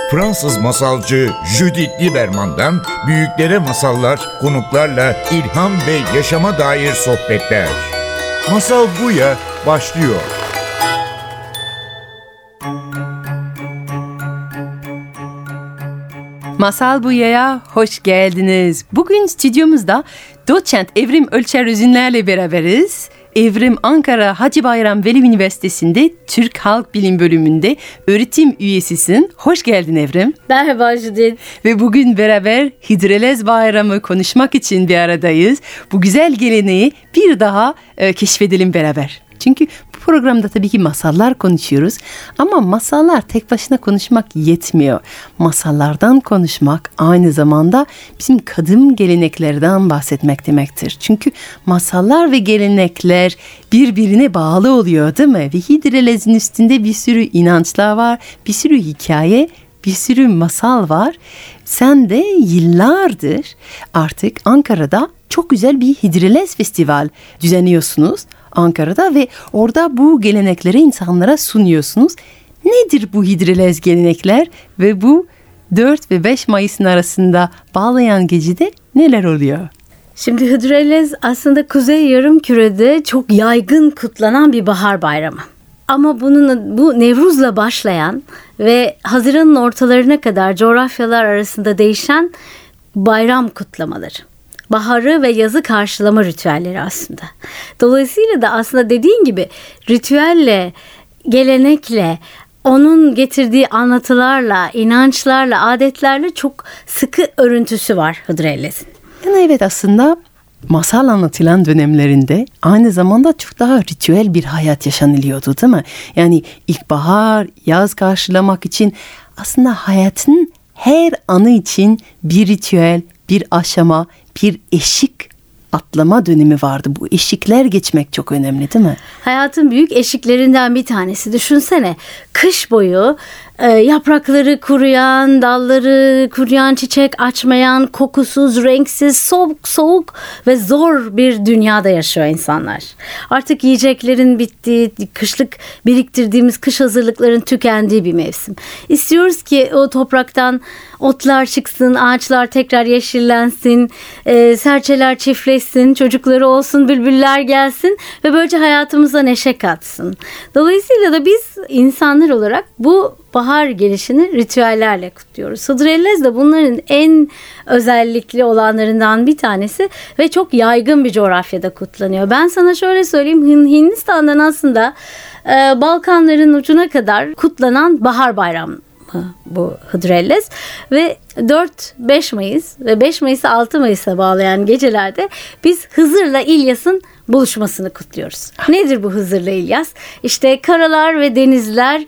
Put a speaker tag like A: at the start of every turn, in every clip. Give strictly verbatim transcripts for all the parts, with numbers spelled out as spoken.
A: Fransız masalcı Judith Lieberman'dan büyüklere masallar, konuklarla ilham ve yaşama dair sohbetler. Masal Buya başlıyor.
B: Masal Buya'ya hoş geldiniz. Bugün stüdyomuzda doçent Evrim Ölçer Üzünler'le beraberiz. Evrim Ankara Hacı Bayram Veli Üniversitesi'nde Türk Halk Bilim Bölümünde öğretim üyesisin. Hoş geldin Evrim.
C: Merhaba Judith.
B: Ve bugün beraber Hidrellez Bayramı konuşmak için bir aradayız. Bu güzel geleneği bir daha e, keşfedelim beraber. Çünkü bu programda tabii ki masallar konuşuyoruz ama masallar tek başına konuşmak yetmiyor. Masallardan konuşmak aynı zamanda bizim kadim geleneklerden bahsetmek demektir. Çünkü masallar ve gelenekler birbirine bağlı oluyor değil mi? Ve Hidrellez'in üstünde bir sürü inançlar var, bir sürü hikaye, bir sürü masal var. Sen de yıllardır artık Ankara'da çok güzel bir Hidrellez Festival düzenliyorsunuz. Ankara'da ve orada bu gelenekleri insanlara sunuyorsunuz. Nedir bu Hidrellez gelenekler ve bu dört ve beş Mayıs'ın arasında bağlayan gecede neler oluyor?
C: Şimdi Hidrellez aslında Kuzey Yarımküre'de çok yaygın kutlanan bir bahar bayramı. Ama bunun bu Nevruz'la başlayan ve Haziran'ın ortalarına kadar coğrafyalar arasında değişen bayram kutlamaları. Baharı ve yazı karşılama ritüelleri aslında. Dolayısıyla da aslında dediğin gibi ritüelle, gelenekle, onun getirdiği anlatılarla, inançlarla, adetlerle çok sıkı örüntüsü var Hidrellez'in.
B: Yani evet aslında masal anlatılan dönemlerinde aynı zamanda çok daha ritüel bir hayat yaşanılıyordu değil mi? Yani ilkbahar, yaz karşılamak için aslında hayatın her anı için bir ritüel, bir aşama, bir eşik atlama dönemi vardı. Bu eşikler geçmek çok önemli değil mi?
C: Hayatın büyük eşiklerinden bir tanesi. Düşünsene kış boyu e, yaprakları kuruyan, dalları kuruyan, çiçek açmayan, kokusuz, renksiz, soğuk, soğuk ve zor bir dünyada yaşıyor insanlar. Artık yiyeceklerin bittiği, kışlık biriktirdiğimiz kış hazırlıkların tükendiği bir mevsim. İstiyoruz ki o topraktan otlar çıksın, ağaçlar tekrar yeşillensin, e, serçeler çiftleşsin, çocukları olsun, bülbüller gelsin ve böylece hayatımıza neşe katsın. Dolayısıyla da biz insanlar olarak bu bahar gelişini ritüellerle kutluyoruz. Hidrellez de bunların en özellikli olanlarından bir tanesi ve çok yaygın bir coğrafyada kutlanıyor. Ben sana şöyle söyleyeyim, Hindistan'dan aslında e, Balkanların ucuna kadar kutlanan bahar bayramı bu Hidrellez ve dört beş Mayıs ve beş Mayıs'ı altı Mayıs'a bağlayan gecelerde biz Hızır'la İlyas'ın buluşmasını kutluyoruz. Nedir bu Hızır'la İlyas? İşte karalar ve denizler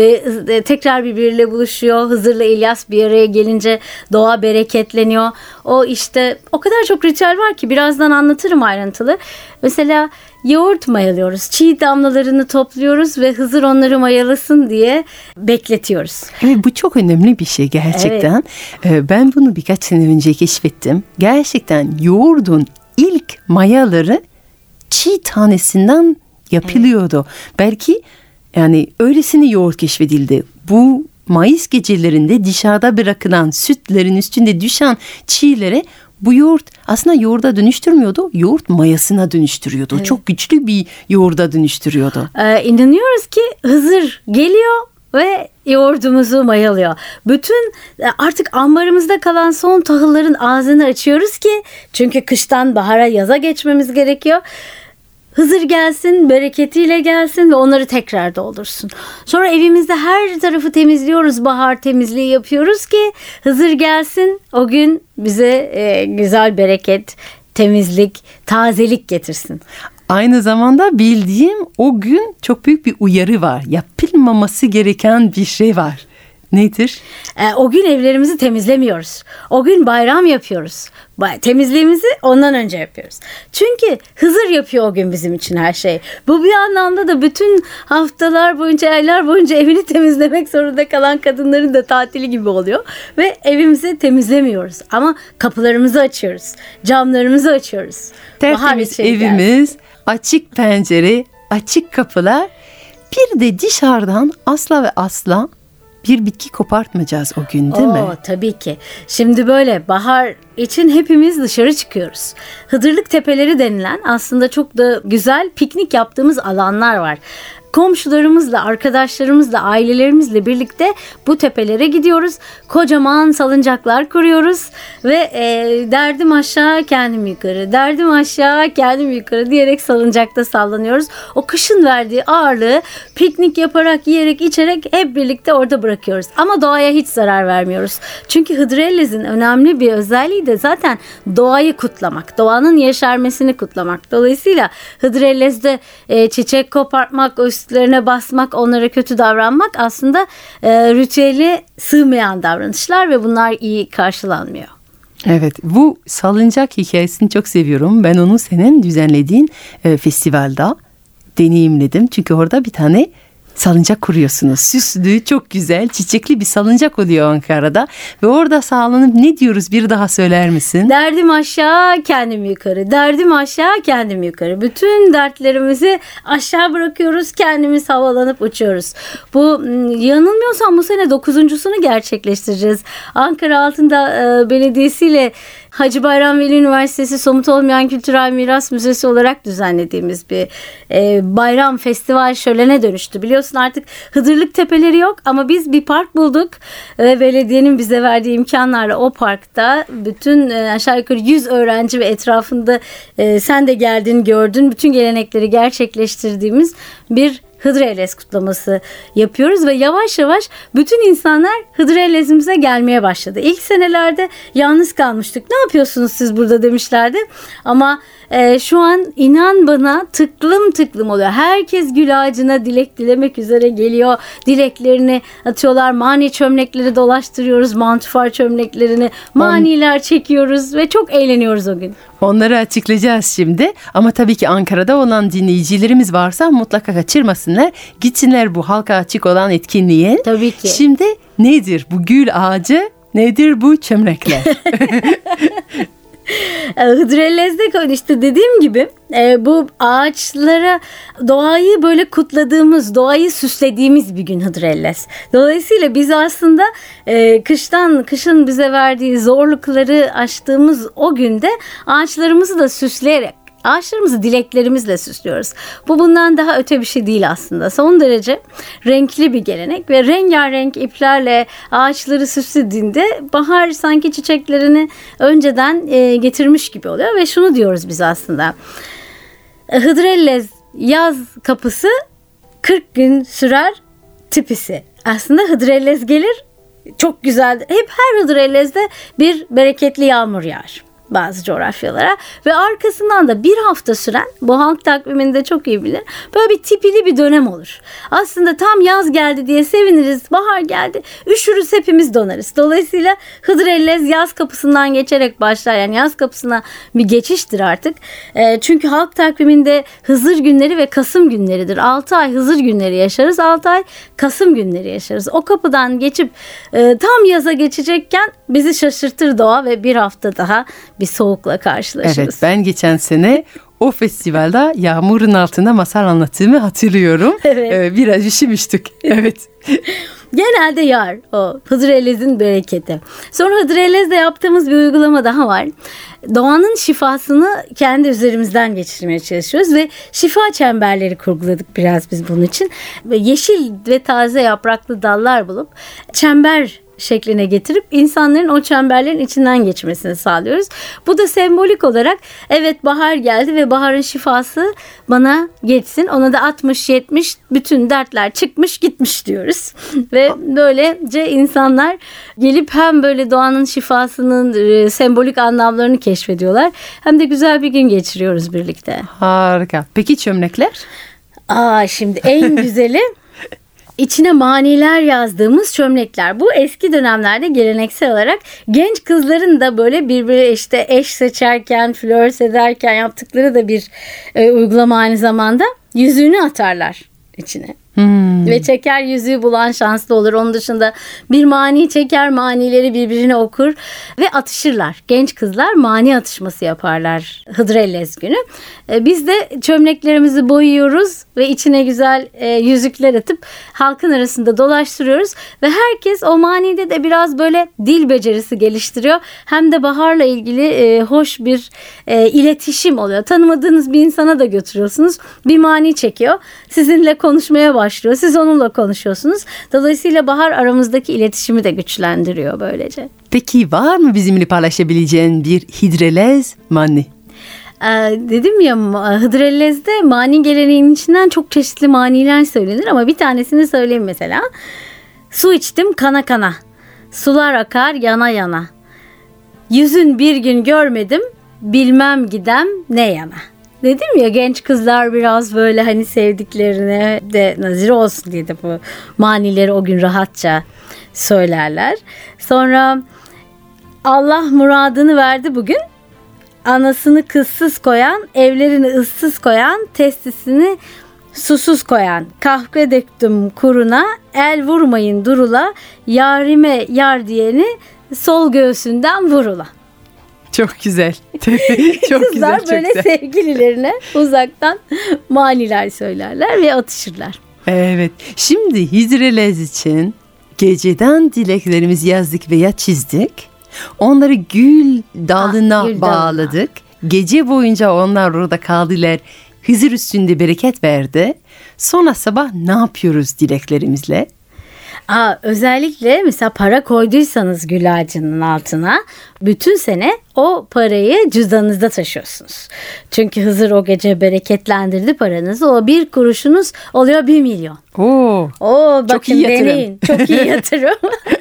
C: tekrar birbiriyle buluşuyor. Hızır'la İlyas bir araya gelince doğa bereketleniyor. O işte o kadar çok ritüel var ki birazdan anlatırım ayrıntılı. Mesela yoğurt mayalıyoruz. Çiğ damlalarını topluyoruz ve Hızır onları mayalasın diye bekletiyoruz.
B: Evet, bu çok önemli bir şey gerçekten. Evet. Ben bunu birkaç sene önce keşfettim. Gerçekten yoğurdun ilk mayaları çiğ tanesinden yapılıyordu. Evet. Belki yani öylesine yoğurt keşfedildi. Bu Mayıs gecelerinde dışarıda bırakılan sütlerin üstünde düşen çiğlere bu yoğurt aslında yoğurda dönüştürmüyordu. Yoğurt mayasına dönüştürüyordu. Evet. Çok güçlü bir yoğurda dönüştürüyordu.
C: Ee, inanıyoruz ki Hızır geliyor ve yoğurdumuzu mayalıyor. Bütün artık ambarımızda kalan son tahılların ağzını açıyoruz ki çünkü kıştan bahara yaza geçmemiz gerekiyor. Hızır gelsin, bereketiyle gelsin ve onları tekrar doldursun. Sonra evimizde her tarafı temizliyoruz, bahar temizliği yapıyoruz ki Hızır gelsin, o gün bize e, güzel bereket, temizlik, tazelik getirsin.
B: Aynı zamanda bildiğim o gün çok büyük bir uyarı var. Yapılmaması gereken bir şey var. Nedir?
C: E, o gün evlerimizi temizlemiyoruz. O gün bayram yapıyoruz. Temizliğimizi ondan önce yapıyoruz. Çünkü Hızır yapıyor o gün bizim için her şeyi. Bu bir anlamda da bütün haftalar boyunca, aylar boyunca evini temizlemek zorunda kalan kadınların da tatili gibi oluyor. Ve evimizi temizlemiyoruz. Ama kapılarımızı açıyoruz. Camlarımızı açıyoruz.
B: Tertemiz evimiz, geldi. Açık pencere, açık kapılar. Bir de dışarıdan asla ve asla bir bitki kopartmayacağız o gün, değil
C: Oo,
B: mi?
C: Tabii ki. Şimdi böyle bahar için hepimiz dışarı çıkıyoruz. Hıdırlık Tepeleri denilen aslında çok da güzel piknik yaptığımız alanlar var. Komşularımızla, arkadaşlarımızla, ailelerimizle birlikte bu tepelere gidiyoruz. Kocaman salıncaklar kuruyoruz ve e, derdim aşağı kendim yukarı, derdim aşağı kendim yukarı diyerek salıncakta sallanıyoruz. O kışın verdiği ağırlığı piknik yaparak, yiyerek, içerek hep birlikte orada bırakıyoruz. Ama doğaya hiç zarar vermiyoruz. Çünkü Hıdrellez'in önemli bir özelliği de zaten doğayı kutlamak, doğanın yeşermesini kutlamak. Dolayısıyla Hıdrellez'de e, çiçek kopartmak, üstlerine basmak, onlara kötü davranmak aslında e, ritüeli sığmayan davranışlar ve bunlar iyi karşılanmıyor.
B: Evet, bu salıncak hikayesini çok seviyorum. Ben onu senin düzenlediğin e, festivalde deneyimledim. Çünkü orada bir tane salıncak kuruyorsunuz. Süslü, çok güzel, çiçekli bir salıncak oluyor Ankara'da. Ve orada sağlanıp ne diyoruz, bir daha söyler misin?
C: Derdim aşağı, kendim yukarı. Derdim aşağı, kendim yukarı. Bütün dertlerimizi aşağı bırakıyoruz, kendimiz havalanıp uçuyoruz. Bu yanılmıyorsam bu sene dokuzuncusunu gerçekleştireceğiz. Ankara Altındağ e, Belediyesi ile Hacı Bayram Veli Üniversitesi Somut Olmayan Kültürel Miras Müzesi olarak düzenlediğimiz bir e, bayram festival şölene dönüştü. Biliyorsun artık Hıdırlık Tepeleri yok ama biz bir park bulduk ve belediyenin bize verdiği imkanlarla o parkta bütün e, aşağı yukarı yüz öğrenci ve etrafında e, sen de geldin, gördün, bütün gelenekleri gerçekleştirdiğimiz bir Hıdrellez kutlaması yapıyoruz ve yavaş yavaş bütün insanlar Hıdrellez'imize gelmeye başladı. İlk senelerde yalnız kalmıştık. Ne yapıyorsunuz siz burada demişlerdi. Ama e, şu an inan bana tıklım tıklım oluyor. Herkes gül ağacına dilek dilemek üzere geliyor. Dileklerini atıyorlar. Mani çömlekleri dolaştırıyoruz. Mantufar çömleklerini. Maniler çekiyoruz ve çok eğleniyoruz o gün.
B: Onları açıklayacağız şimdi. Ama tabii ki Ankara'da olan dinleyicilerimiz varsa mutlaka kaçırmasınlar. Gitsinler bu halka açık olan etkinliğe.
C: Tabii ki.
B: Şimdi nedir bu gül ağacı? Nedir bu çömlekler?
C: Hıdrellez'de işte dediğim gibi bu ağaçlara doğayı böyle kutladığımız, doğayı süslediğimiz bir gün Hıdrellez. Dolayısıyla biz aslında kıştan, kışın bize verdiği zorlukları aştığımız o günde ağaçlarımızı da süsleyerek, ağaçlarımızı dileklerimizle süslüyoruz. Bu bundan daha öte bir şey değil aslında. Son derece renkli bir gelenek ve rengarenk iplerle ağaçları süslediğinde bahar sanki çiçeklerini önceden e, getirmiş gibi oluyor ve şunu diyoruz biz aslında. Hıdrellez yaz kapısı kırk gün sürer tipisi. Aslında Hıdrellez gelir, çok güzel. Hep her Hıdrellez'de bir bereketli yağmur yağar bazı coğrafyalara ve arkasından da bir hafta süren, bu halk takviminde çok iyi bilir, böyle bir tipili bir dönem olur. Aslında tam yaz geldi diye seviniriz, bahar geldi, üşürüz, hepimiz donarız. Dolayısıyla Hıdrellez yaz kapısından geçerek başlar, yani yaz kapısına bir geçiştir artık. E, çünkü halk takviminde Hızır günleri ve Kasım günleridir. altı ay Hızır günleri yaşarız, altı ay Kasım günleri yaşarız. O kapıdan geçip e, tam yaza geçecekken bizi şaşırtır doğa ve bir hafta daha bir soğukla karşılaşırız.
B: Evet, ben geçen sene o festivalde yağmurun altında masal anlattığımı hatırlıyorum.
C: Evet.
B: Ee, biraz üşümüştük. Evet.
C: Genelde yağar o Hıdrellez'in bereketi. Sonra Hıdrellez'de yaptığımız bir uygulama daha var. Doğanın şifasını kendi üzerimizden geçirmeye çalışıyoruz ve şifa çemberleri kurguladık biraz biz bunun için. Ve yeşil ve taze yapraklı dallar bulup çember şekline getirip insanların o çemberlerin içinden geçmesini sağlıyoruz. Bu da sembolik olarak evet bahar geldi ve baharın şifası bana geçsin. Ona da altmış yetmiş bütün dertler çıkmış gitmiş diyoruz. Ve böylece insanlar gelip hem böyle doğanın şifasının e, sembolik anlamlarını keşfediyorlar. Hem de güzel bir gün geçiriyoruz birlikte.
B: Harika. Peki çömlekler?
C: Aa, şimdi en güzeli İçine maniler yazdığımız çömlekler. Bu eski dönemlerde geleneksel olarak genç kızların da böyle birbiri işte eş seçerken, flört ederken yaptıkları da bir e, uygulama aynı zamanda. Yüzüğünü atarlar içine. Hmm. Ve çeker yüzüğü bulan şanslı olur. Onun dışında bir mani çeker, manileri birbirine okur ve atışırlar. Genç kızlar mani atışması yaparlar Hıdrellez günü. Biz de çömleklerimizi boyuyoruz ve içine güzel e, yüzükler atıp halkın arasında dolaştırıyoruz. Ve herkes o manide de biraz böyle dil becerisi geliştiriyor. Hem de baharla ilgili e, hoş bir e, iletişim oluyor. Tanımadığınız bir insana da götürüyorsunuz. Bir mani çekiyor. Sizinle konuşmaya başlıyor. başlıyor. Siz onunla konuşuyorsunuz. Dolayısıyla bahar aramızdaki iletişimi de güçlendiriyor böylece.
B: Peki var mı bizimle paylaşabileceğin bir Hıdrellez mani?
C: Ee, dedim ya Hıdrellez'de mani geleneğinin içinden çok çeşitli maniler söylenir ama bir tanesini söyleyeyim mesela. Su içtim kana kana. Sular akar yana yana. Yüzün bir gün görmedim. Bilmem gidem ne yana. Dedim ya genç kızlar biraz böyle hani sevdiklerine de nazir olsun diye de bu manileri o gün rahatça söylerler. Sonra Allah muradını verdi bugün. Anasını kızsız koyan, evlerini ıssız koyan, testisini susuz koyan. Kahve döktüm kuruna, el vurmayın durula, yarime yar diyeni sol göğsünden vurula.
B: Çok güzel. Çok
C: Kızlar
B: güzel,
C: böyle
B: çok güzel.
C: sevgililerine uzaktan maniler söylerler ve atışırlar.
B: Evet. Şimdi Hıdrellez için geceden dileklerimizi yazdık veya çizdik. Onları gül dalına
C: Ah, gül
B: bağladık.
C: dalına.
B: Gece boyunca onlar orada kaldılar. Hızır üstünde bereket verdi. Sonra sabah ne yapıyoruz dileklerimizle?
C: Aa, özellikle mesela para koyduysanız gül ağacının altına bütün sene o parayı cüzdanınızda taşıyorsunuz. Çünkü Hızır o gece bereketlendirdi paranızı. O bir kuruşunuz oluyor bir milyon.
B: Oo,
C: Oo, bakın
B: çok iyi yatırım.
C: deneyin. Çok iyi yatırım.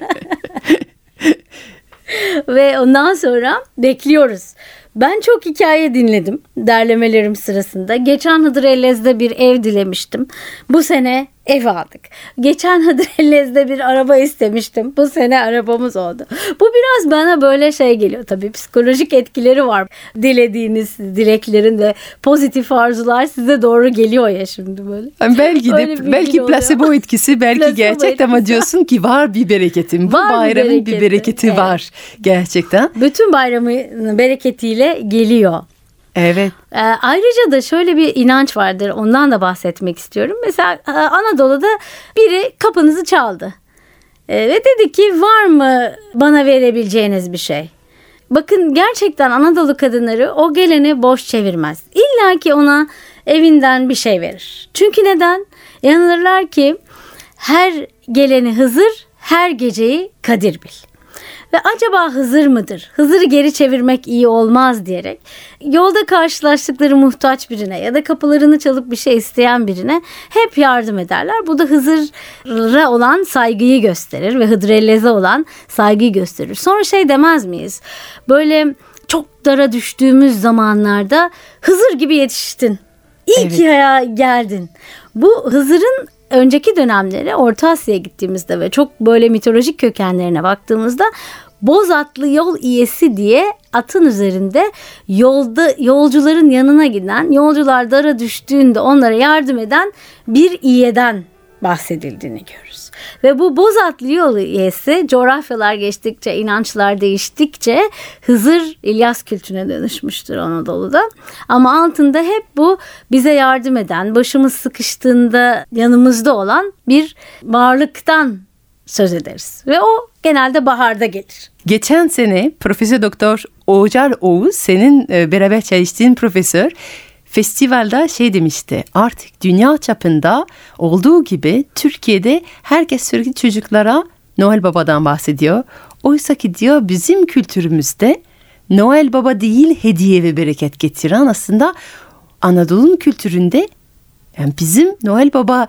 C: Ve ondan sonra bekliyoruz. Ben çok hikaye dinledim derlemelerim sırasında. Geçen Hıdrellez'de bir ev dilemiştim. Bu sene ev aldık. Geçen Hıdrellez'de bir araba istemiştim. Bu sene arabamız oldu. Bu biraz bana böyle şey geliyor. Tabii psikolojik etkileri var. Dilediğiniz dileklerin ve pozitif arzular size doğru geliyor ya şimdi böyle.
B: Belki
C: Öyle bir
B: de belki
C: gün oluyor.
B: plasebo etkisi, belki
C: Plasebo
B: gerçek ama
C: etkisi.
B: diyorsun ki var bir bereketim. Bu
C: Var bir
B: bayramın bir
C: bereketi.
B: bereketi
C: Evet.
B: var gerçekten.
C: Bütün bayramın bereketiyle geliyor.
B: Evet.
C: Ee, ayrıca da şöyle bir inanç vardır. Ondan da bahsetmek istiyorum. Mesela e, Anadolu'da biri kapınızı çaldı. E, ve dedi ki var mı bana verebileceğiniz bir şey? Bakın gerçekten Anadolu kadınları o geleni boş çevirmez. İlla ki ona evinden bir şey verir. Çünkü neden? İnanırlar ki her geleni Hızır, her geceyi Kadir bil. Ve acaba Hızır mıdır? Hızır'ı geri çevirmek iyi olmaz diyerek yolda karşılaştıkları muhtaç birine ya da kapılarını çalıp bir şey isteyen birine hep yardım ederler. Bu da Hızır'a olan saygıyı gösterir ve Hıdrellez'e olan saygıyı gösterir. Sonra şey demez miyiz? Böyle çok dara düştüğümüz zamanlarda Hızır gibi yetiştin. İyi
B: Evet.
C: ki ya geldin. Bu Hızır'ın önceki dönemleri Orta Asya'ya gittiğimizde ve çok böyle mitolojik kökenlerine baktığımızda boz atlı yol iyesi diye atın üzerinde yolda yolcuların yanına giden, yolcular dara düştüğünde onlara yardım eden bir iyeden bahsedildiğini görürüz. Ve bu boz atlı yol iyesi coğrafyalar geçtikçe, inançlar değiştikçe Hızır İlyas kültüne dönüşmüştür Anadolu'da. Ama altında hep bu bize yardım eden, başımız sıkıştığında yanımızda olan bir varlıktan söz ederiz. Ve o genelde baharda gelir.
B: Geçen sene Profesör Doktor Oğuzhan Oğuz, senin e, beraber çalıştığın profesör, festivalde şey demişti. Artık dünya çapında olduğu gibi Türkiye'de herkes sürekli çocuklara Noel Baba'dan bahsediyor. Oysa ki diyor bizim kültürümüzde Noel Baba değil hediye ve bereket getiren aslında Anadolu'nun kültüründe yani bizim Noel Baba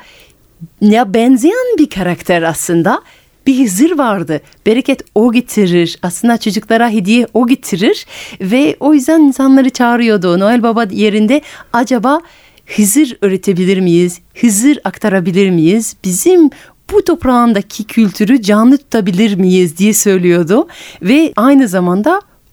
B: ya benzeyen bir karakter aslında. Bir Hızır vardı. Bereket o getirir. Aslında çocuklara hediye o getirir. Ve o yüzden insanları çağırıyordu. Noel Baba yerinde acaba Hızır öğretebilir miyiz? Hızır aktarabilir miyiz? Bizim bu toprağındaki kültürü canlı tutabilir miyiz diye söylüyordu. Ve aynı zamanda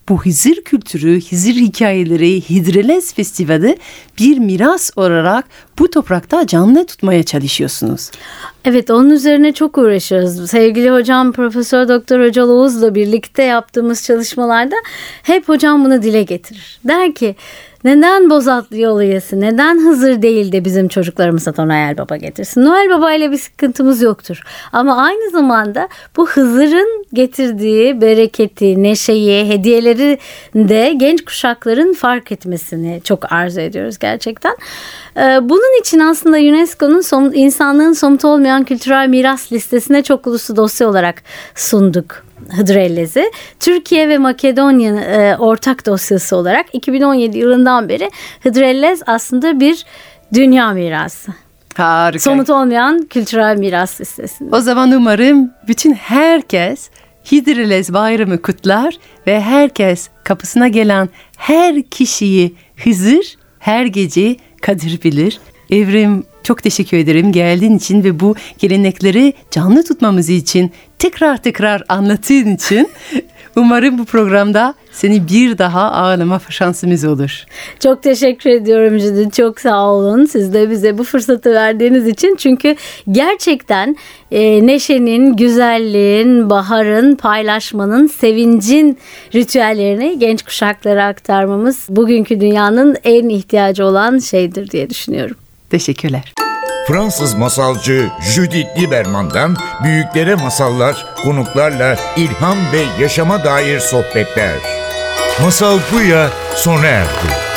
B: bu Hızır kültürü, Hızır hikayeleri, Hidrellez Festivali bir miras olarak bu toprakta canlı tutmaya çalışıyorsunuz.
C: Evet, onun üzerine çok uğraşıyoruz. Sevgili hocam Profesör Doktor Öcal Oğuz'la birlikte yaptığımız çalışmalarda hep hocam bunu dile getirir. Der ki neden Bozatlı yolu yesin, neden Hızır değil de bizim çocuklarımıza da Noel Baba getirsin. Noel Baba ile bir sıkıntımız yoktur. Ama aynı zamanda bu Hızır'ın getirdiği bereketi, neşeyi, hediyeleri de genç kuşakların fark etmesini çok arzu ediyoruz gerçekten. Bunun için aslında UNESCO'nun som- insanlığın somut olmayan kültürel miras listesine çok uluslu dosya olarak sunduk Hıdrellez'i. Türkiye ve Makedonya e, ortak dosyası olarak iki bin on yedi yılından beri Hıdrellez aslında bir dünya mirası.
B: Harika.
C: Somut olmayan kültürel miras listesinde.
B: O zaman umarım bütün herkes Hidrellez Bayramı kutlar ve herkes kapısına gelen her kişiyi Hızır her gece kadir bilir. Evrim, çok teşekkür ederim geldiğin için ve bu gelenekleri canlı tutmamız için, tekrar tekrar anlattığın için. Umarım bu programda seni bir daha ağırlama şansımız olur.
C: Çok teşekkür ediyorum Judith. Çok sağ olun. Siz de bize bu fırsatı verdiğiniz için. Çünkü gerçekten e, neşenin, güzelliğin, baharın, paylaşmanın, sevincin ritüellerini genç kuşaklara aktarmamız bugünkü dünyanın en ihtiyacı olan şeydir diye düşünüyorum.
B: Teşekkürler.
A: Fransız masalcı Judith Lieberman'dan büyüklere masallar, konuklarla ilham ve yaşama dair sohbetler. Masal Buya sona erdi.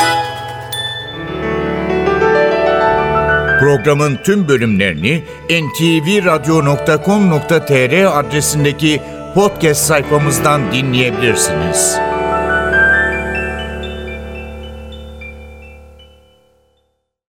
A: Programın tüm bölümlerini en te ve radyo nokta com nokta tr adresindeki podcast sayfamızdan dinleyebilirsiniz.